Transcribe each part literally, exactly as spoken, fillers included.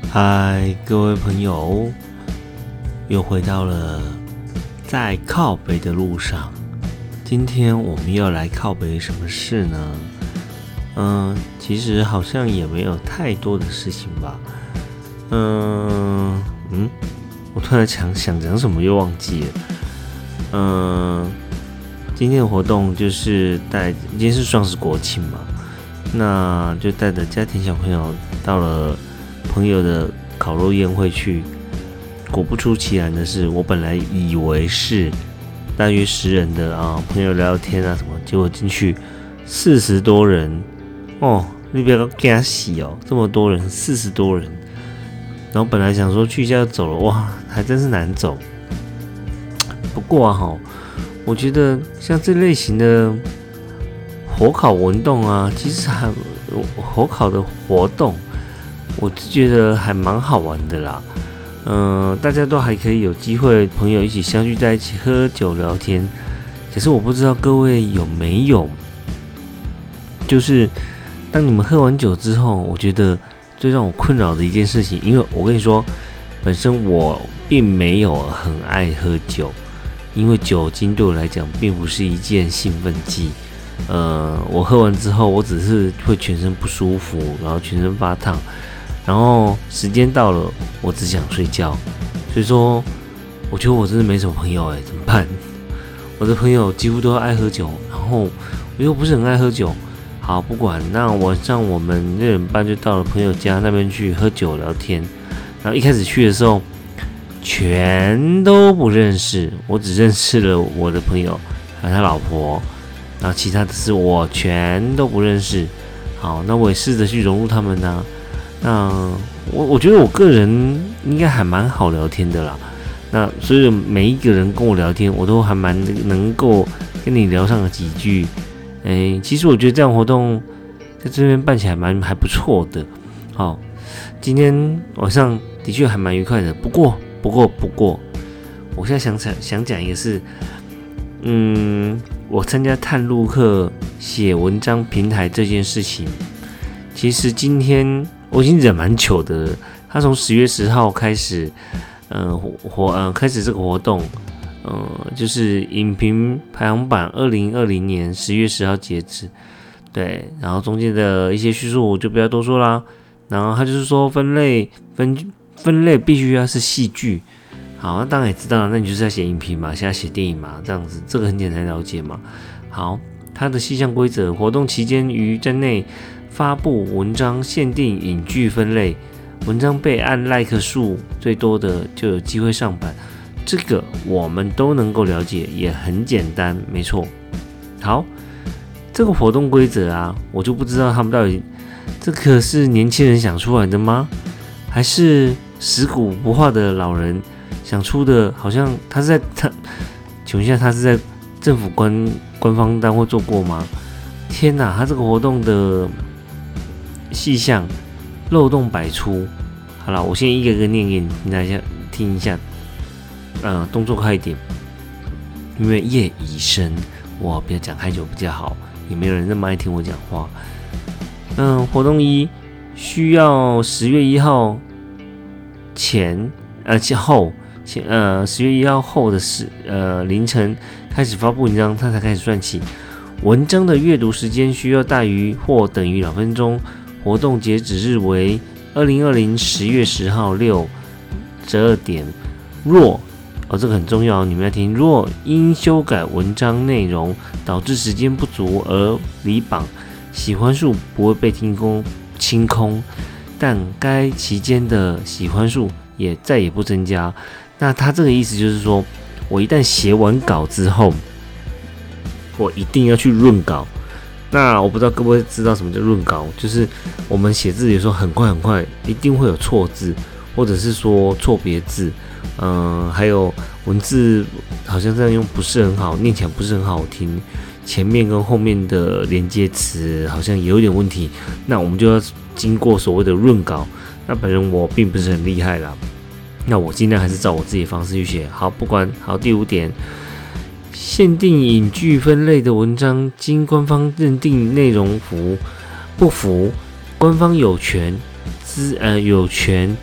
嗨，各位朋友，又回到了在靠北的路上。今天我们要来靠北什么事呢？嗯，其实好像也没有太多的事情吧。嗯嗯，我突然想想讲什么又忘记了。嗯，今天的活动就是带，今天是双十国庆嘛，那就带着家庭小朋友到了朋友的烤肉宴会去。果不出其然的是，我本来以为是大约十人的啊朋友聊聊天啊什么，结果进去四十多人哦，你不要惊死哦，这么多人，四十多人。然后本来想说去一下就走了，哇，还真是难走。不过啊哈，我觉得像这类型的火烤文动啊，其实还火烤的活动，我觉得还蛮好玩的啦。嗯、呃，大家都还可以有机会，朋友一起相聚在一起喝酒聊天。可是我不知道各位有没有，就是当你们喝完酒之后，我觉得最让我困扰的一件事情，因为我跟你说，本身我并没有很爱喝酒，因为酒精对我来讲并不是一件兴奋剂。呃，我喝完之后，我只是会全身不舒服，然后全身发烫。然后时间到了，我只想睡觉，所以说，我觉得我真的没什么朋友哎，怎么办？我的朋友几乎都爱喝酒，然后我又不是很爱喝酒。好，不管，那晚上我们六点半就到了朋友家那边去喝酒聊天。然后一开始去的时候，全都不认识，我只认识了我的朋友还有他老婆，然后其他的是我全都不认识。好，那我也试着去融入他们呢、啊。那我我觉得我个人应该还蛮好聊天的啦。那所以每一个人跟我聊天，我都还蛮能够跟你聊上了几句。哎，其实我觉得这样活动在这边办起来蛮还不错的。好，今天晚上的确还蛮愉快的。不过不过不过，我现在想想想讲一个是，嗯，我参加探路客写文章平台这件事情，其实今天我已经忍蛮久的了。他从十月十号开始，呃，活呃开始这个活动，呃，就是影评排行榜二零二零年十月十号截止。对，然后中间的一些叙述我就不要多说啦。然后他就是说分类分分类必须要是戏剧。好，那当然也知道了，那你就是要写影评嘛，现在写电影嘛，这样子，这个很简单了解嘛。好，它的细项规则，活动期间于站内发布文章限定影剧分类，文章被按 like 数最多的就有机会上版，这个我们都能够了解，也很简单，没错。好，这个活动规则啊，我就不知道他们到底这个是年轻人想出来的吗？还是食古不化的老人想出的？好像他是在他，请问一下，他是在政府官官方单位做过吗？天哪，他这个活动的细项漏洞百出。好了，我先一个一个念给你听一下，听一下。呃，动作快一点，因为夜已深，我不要讲太久比较好，也没有人那么爱听我讲话。嗯、呃，活动一需要十月一号前，呃，后前，呃，十月一号后的十呃凌晨开始发布文章，它才开始算起。文章的阅读时间需要大于或等于两分钟。活动截止日为二零二零十月十号六十二点。若哦，这个很重要，你们要听。若因修改文章内容导致时间不足而离榜，喜欢数不会被清空，清空，但该期间的喜欢数也再也不增加。那他这个意思就是说，我一旦写完稿之后，我一定要去润稿。那我不知道各位知道什么叫润稿，就是我们写字有时候很快很快，一定会有错字，或者是说错别字，嗯、呃，还有文字好像这样用不是很好，念起来不是很好听，前面跟后面的连接词好像也有点问题，那我们就要经过所谓的润稿。那本人我并不是很厉害啦，那我尽量还是照我自己的方式去写。好，不管好，第五点。限定影剧分类的文章，经官方认定内容符不符，官方有权资呃有权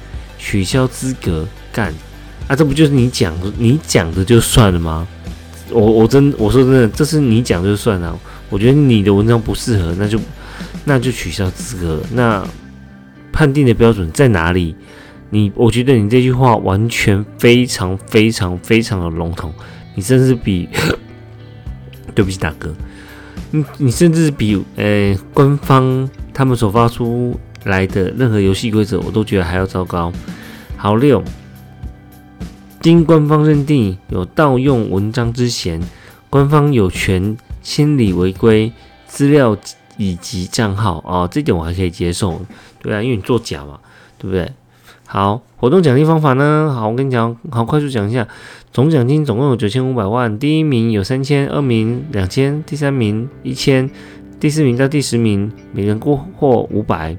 取消资格，干啊，这不就是你讲的你讲的就算了吗？我我真我说真的，这是你讲就算了。我觉得你的文章不适合，那就那就取消资格。那判定的标准在哪里？你我觉得你这句话完全非常非常非常的笼统，你甚至比对不起大哥，你你甚至比呃官方他们所发出来的任何游戏规则，我都觉得还要糟糕。好六。经官方认定有盗用文章之嫌，官方有权清理违规资料以及账号哦，这点我还可以接受，对啊，因为你作假嘛，对不对？好，活动奖励方法呢？好，我跟你讲，好，快速讲一下，总奖金总共有九千五百万，第一名有三千，二名两千，第三名一千，第四名到第十名每人获五百。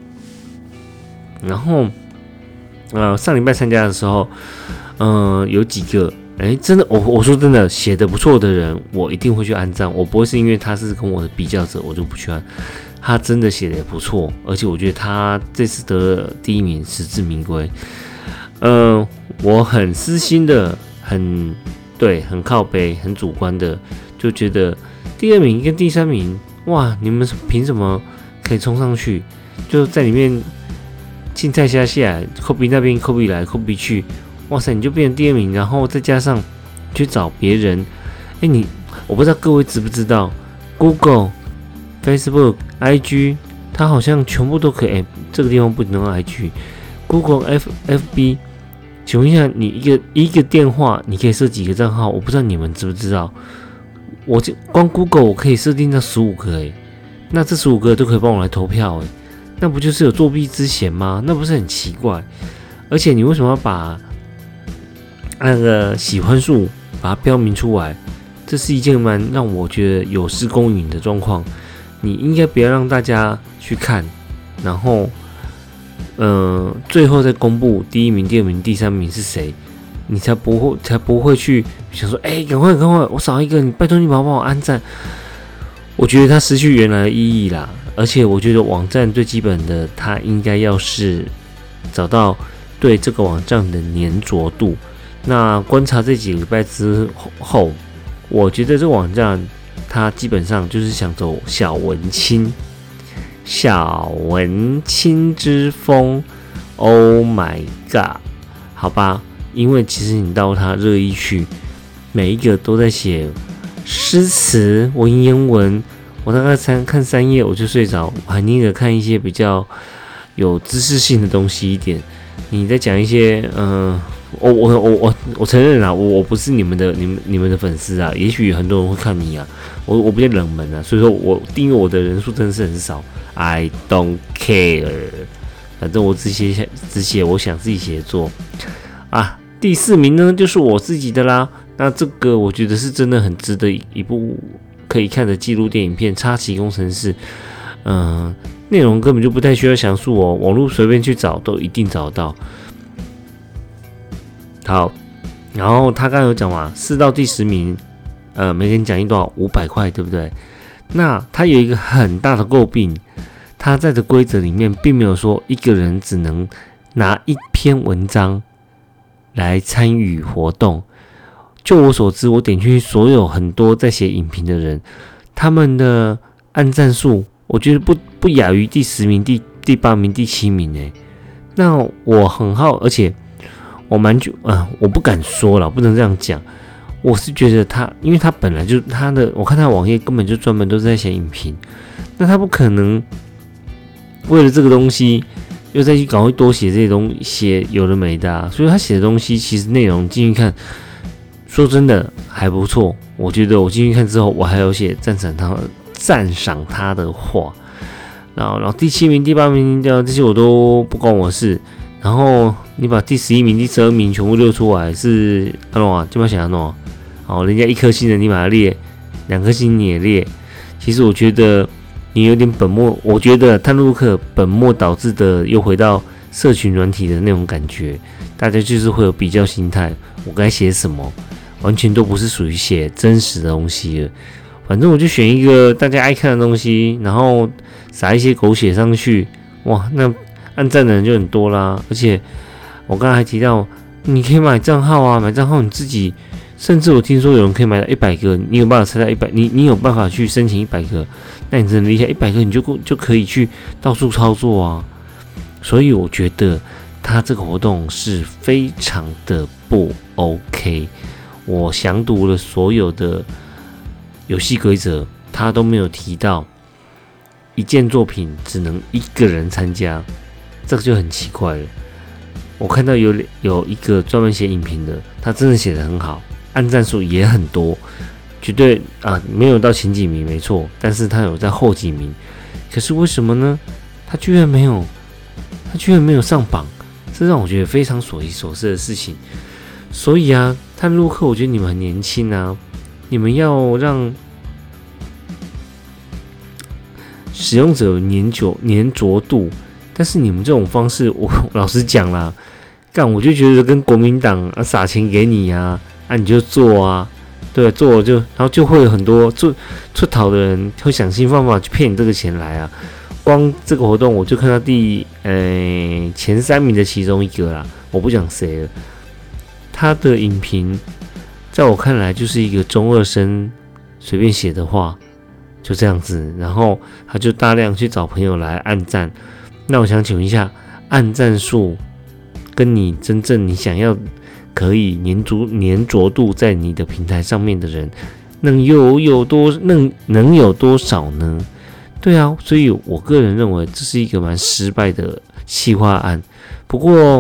然后，呃，上礼拜参加的时候。嗯、呃，有几个，哎、欸，真的，我我说真的，写的不错的人，我一定会去按赞，我不会是因为他是跟我的比较者，我就不去按。他真的写的也不错，而且我觉得他这次得了第一名，实至名归。嗯、呃，我很私心的，很对，很靠北，很主观的，就觉得第二名跟第三名，哇，你们凭什么可以冲上去？就在里面竞赛下下来，科比那边科比来，科比去。哇塞，你就变成第二名，然后再加上去找别人，哎、欸，你我不知道各位知不知道 ，Google、Facebook、I G， 它好像全部都可以。哎、欸，这个地方不能用 I G，Google、F、FB， 请问一下，你一个一个电话你可以设几个账号？我不知道你们知不知道，我就光 Google 我可以设定到十五个，哎，那这十五个都可以帮我来投票，哎，那不就是有作弊之嫌吗？那不是很奇怪？而且你为什么要把那个喜欢数把它标明出来，这是一件蛮让我觉得有失公允的状况。你应该不要让大家去看，然后，呃，最后再公布第一名、第二名、第三名是谁，你才不会才不会去想说，哎、欸，赶快赶快，我少一个，你拜托你帮我按赞。我觉得它失去原来的意义啦，而且我觉得网站最基本的，它应该要是找到对这个网站的粘着度。那观察这几个礼拜之后，我觉得这个网站它基本上就是想走小文青、小文青之风。Oh my god， 好吧，因为其实你到它热议区，每一个都在写诗词、文言文，我大概三看三页我就睡着，我还宁可看一些比较有知识性的东西一点。你在讲一些，嗯、呃。我我我我我承认啦，我我不是你们的你们你们的粉丝啊，也许很多人会看你啊，我我比较冷门啊，所以说我订阅我的人数真的是很少。I don't care， 反正我只写只写我想自己写作啊。第四名呢就是我自己的啦，那这个我觉得是真的很值得一部可以看的纪录电影片《插旗工程师》，嗯、呃，内容根本就不太需要详述哦，网络随便去找都一定找到。好，然后他刚刚有讲嘛，四到第十名，呃，每个人奖励多少？五百块，对不对？那他有一个很大的诟病，他在的规则里面并没有说一个人只能拿一篇文章来参与活动。就我所知，我点进去所有很多在写影评的人，他们的按赞数，我觉得不不亚于第十名、第第八名、第七名诶。那我很好，而且。我蛮久啊、呃，我不敢说了，不能这样讲。我是觉得他，因为他本来就他的，我看他的网页根本就专门都是在写影评，那他不可能为了这个东西又再去赶快多写这些东西，写有的没的、啊，所以他写的东西其实内容进去看，说真的还不错。我觉得我进去看之后，我还有写赞赏他赞赏他的话，然后然后第七名、第八名这些我都不关我事。然后你把第十一名、第十二名全部列出来，是安怎啊？这么想安怎？好，人家一颗星的你把它列，两颗星你也列。其实我觉得你有点本末，我觉得探路客本末倒置的又回到社群软体的那种感觉，大家就是会有比较心态，我该写什么，完全都不是属于写真实的东西了。反正我就选一个大家爱看的东西，然后撒一些狗血上去，哇，那按赞的人就很多啦，而且我刚才还提到，你可以买账号啊，买账号你自己，甚至我听说有人可以买到一百个，你有办法参加一百，你你有办法去申请一百个，那你真的厉害，一百个你就就可以去到处操作啊。所以我觉得他这个活动是非常的不 OK。我详读了所有的游戏规则，他都没有提到一件作品只能一个人参加，这个就很奇怪了。我看到有有一个专门写影评的，他真的写得很好，按赞数也很多，绝对啊没有到前几名没错，但是他有在后几名。可是为什么呢？他居然没有，他居然没有上榜，这让我觉得非常匪夷所思的事情。所以啊，探路客，我觉得你们很年轻啊，你们要让使用者粘着粘着度，但是你们这种方式，我老实讲啦，干我就觉得跟国民党啊撒钱给你啊，啊你就做啊，对，做就然后就会有很多做出逃的人会想尽办法去骗你这个钱来啊。光这个活动我就看到第呃前三名的其中一个啦，我不讲谁了。他的影评在我看来就是一个中二生随便写的话，就这样子，然后他就大量去找朋友来按赞。那我想请问一下，按赞数跟你真正你想要可以粘着粘着度在你的平台上面的人，能有有多能能有多少呢？对啊，所以我个人认为这是一个蛮失败的企划案。不过，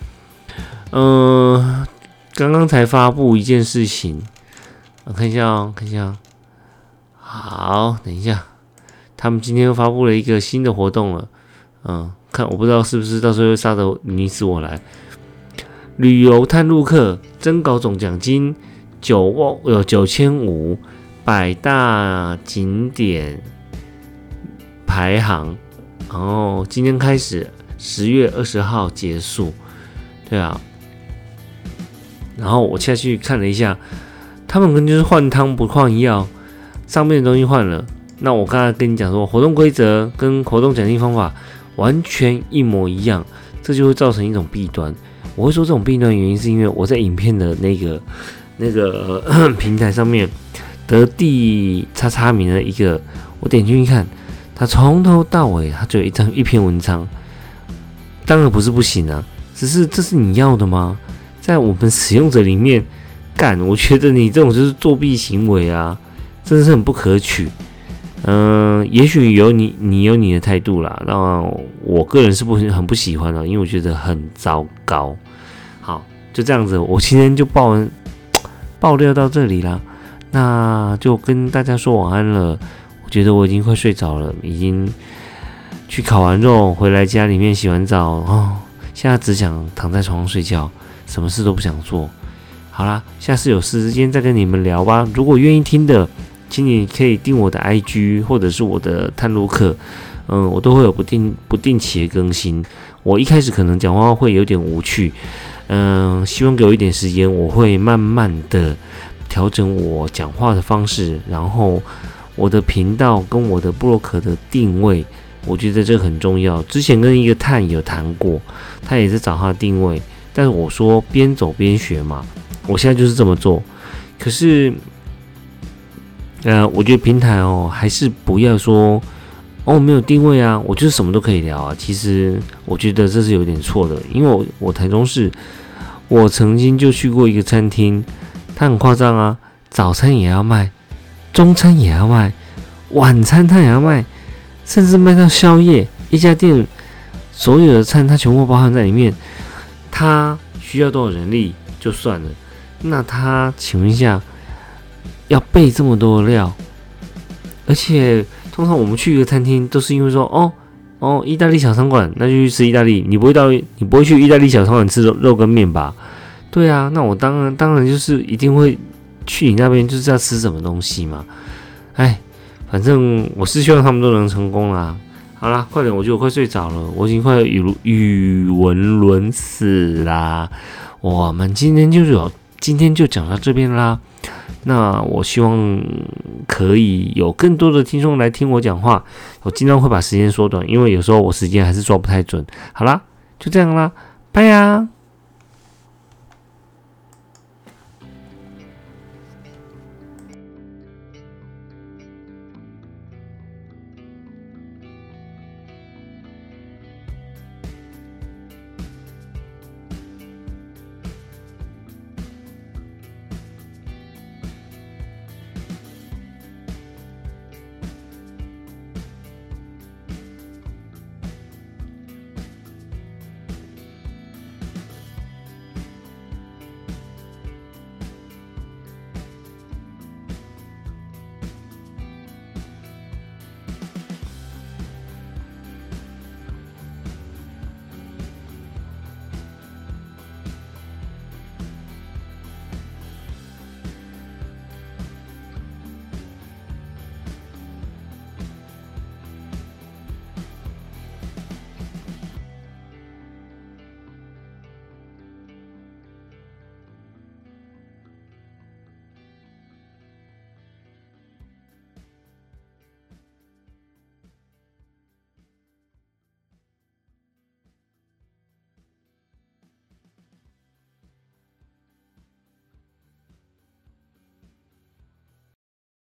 呃，刚刚才发布一件事情，我看一下哦，看一下哦。好，等一下，他们今天又发布了一个新的活动了。嗯，看我不知道是不是到时候会杀得你死我来。旅游探路客征稿总奖金九万有九千五，百大景点排行，然后今天开始，十月二十号结束。对啊，然后我下去看了一下，他们可能就是换汤不换药，上面的东西换了。那我刚才跟你讲说，活动规则跟活动奖金方法完全一模一样，这就会造成一种弊端。我会说这种弊端的原因是因为我在影片的那个那个、呃、平台上面得第叉叉名的一个，我点进去看，它从头到尾它就有一张一篇文章。当然不是不行啊，只是这是你要的吗？在我们使用者里面，干，我觉得你这种就是作弊行为啊，真的是很不可取。嗯、呃，也许有你，你有你的态度啦，那我个人是不很不喜欢的，因为我觉得很糟糕。好，就这样子，我今天就爆爆料到这里啦，那就跟大家说晚安了。我觉得我已经快睡着了，已经去烤完肉回来家里面洗完澡哦，现在只想躺在床上睡觉，什么事都不想做。好啦，下次有时间再跟你们聊吧。如果愿意听的，请你可以订我的 I G 或者是我的探路客，嗯，我都会有不定不定期的更新。我一开始可能讲话会有点无趣，嗯，希望给我一点时间，我会慢慢的调整我讲话的方式，然后我的频道跟我的部落格的定位，我觉得这个很重要。之前跟一个探有谈过，他也是找他的定位，但是我说边走边学嘛，我现在就是这么做。可是，呃，我觉得平台哦，还是不要说哦没有定位啊，我就是什么都可以聊啊。其实我觉得这是有点错的，因为我我台中市，我曾经就去过一个餐厅，它很夸张啊，早餐也要卖，中餐也要卖，晚餐它也要卖，甚至卖到宵夜。一家店所有的餐它全部包含在里面，它需要多少人力就算了，那他请问一下，要备这么多的料，而且通常我们去一个餐厅都是因为说哦哦意大利小餐馆，那就去吃意大利，你不会到你不会去意大利小餐馆吃肉肉跟面吧？对啊，那我当然当然就是一定会去你那边，就是要吃什么东西嘛。哎，反正我是希望他们都能成功啦。好啦，快点，我觉得我快睡着了，我已经快语语文论死啦。我们今天就有今天就讲到这边啦。那我希望可以有更多的听众来听我讲话，我尽量会把时间缩短，因为有时候我时间还是抓不太准。好啦，就这样啦，拜呀。